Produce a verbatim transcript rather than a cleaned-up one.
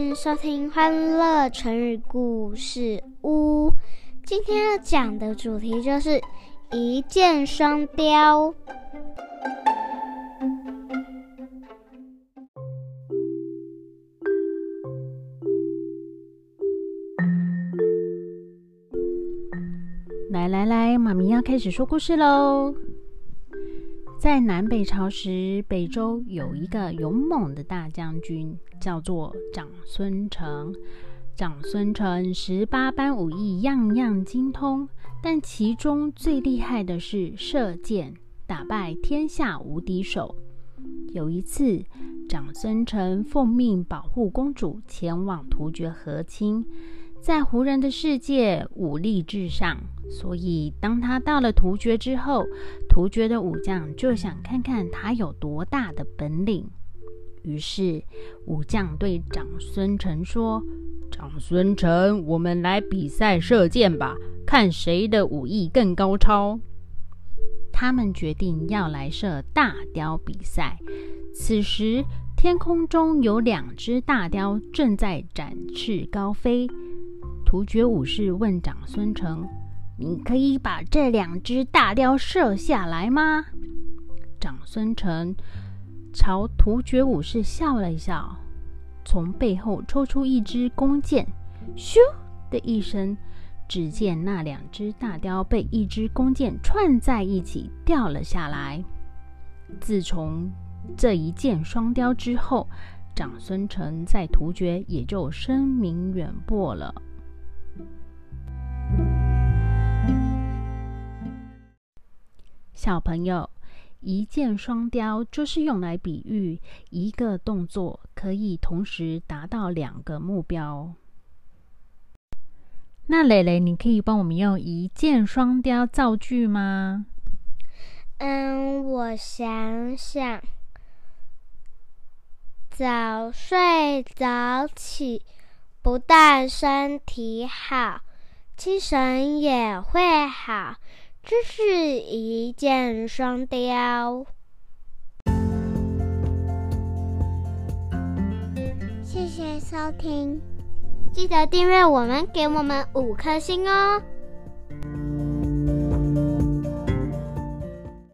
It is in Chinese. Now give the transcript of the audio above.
迎收听欢乐成语故事屋。今天要讲的主题就是一箭双雕。 来来来，妈咪要开始说故事喽。在南北朝时，北周有一个勇猛的大将军，叫做长孙成。长孙成十八般武艺样样精通，但其中最厉害的是射箭，打败天下无敌手。有一次，长孙成奉命保护公主前往突厥和亲。在胡人的世界，武力至上，所以当他到了突厥之后，突厥的武将就想看看他有多大的本领。于是武将对长孙成说：长孙成，我们来比赛射箭吧，看谁的武艺更高超。他们决定要来射大雕比赛。此时天空中有两只大雕正在展翅高飞。突厥武士问长孙成：你可以把这两只大雕射下来吗？长孙成朝突厥武士笑了一笑，从背后抽出一支弓箭，咻的一声，只见那两只大雕被一支弓箭串在一起掉了下来。自从这一箭双雕之后，长孙成在突厥也就声名远播了。小朋友，一箭双雕就是用来比喻一个动作可以同时达到两个目标。那蕾蕾，你可以帮我们用一箭双雕造句吗？ 嗯，我想想，早睡早起，不但身体好，精神也会好，这是一箭双雕。谢谢收听，记得订阅我们，给我们五颗星哦。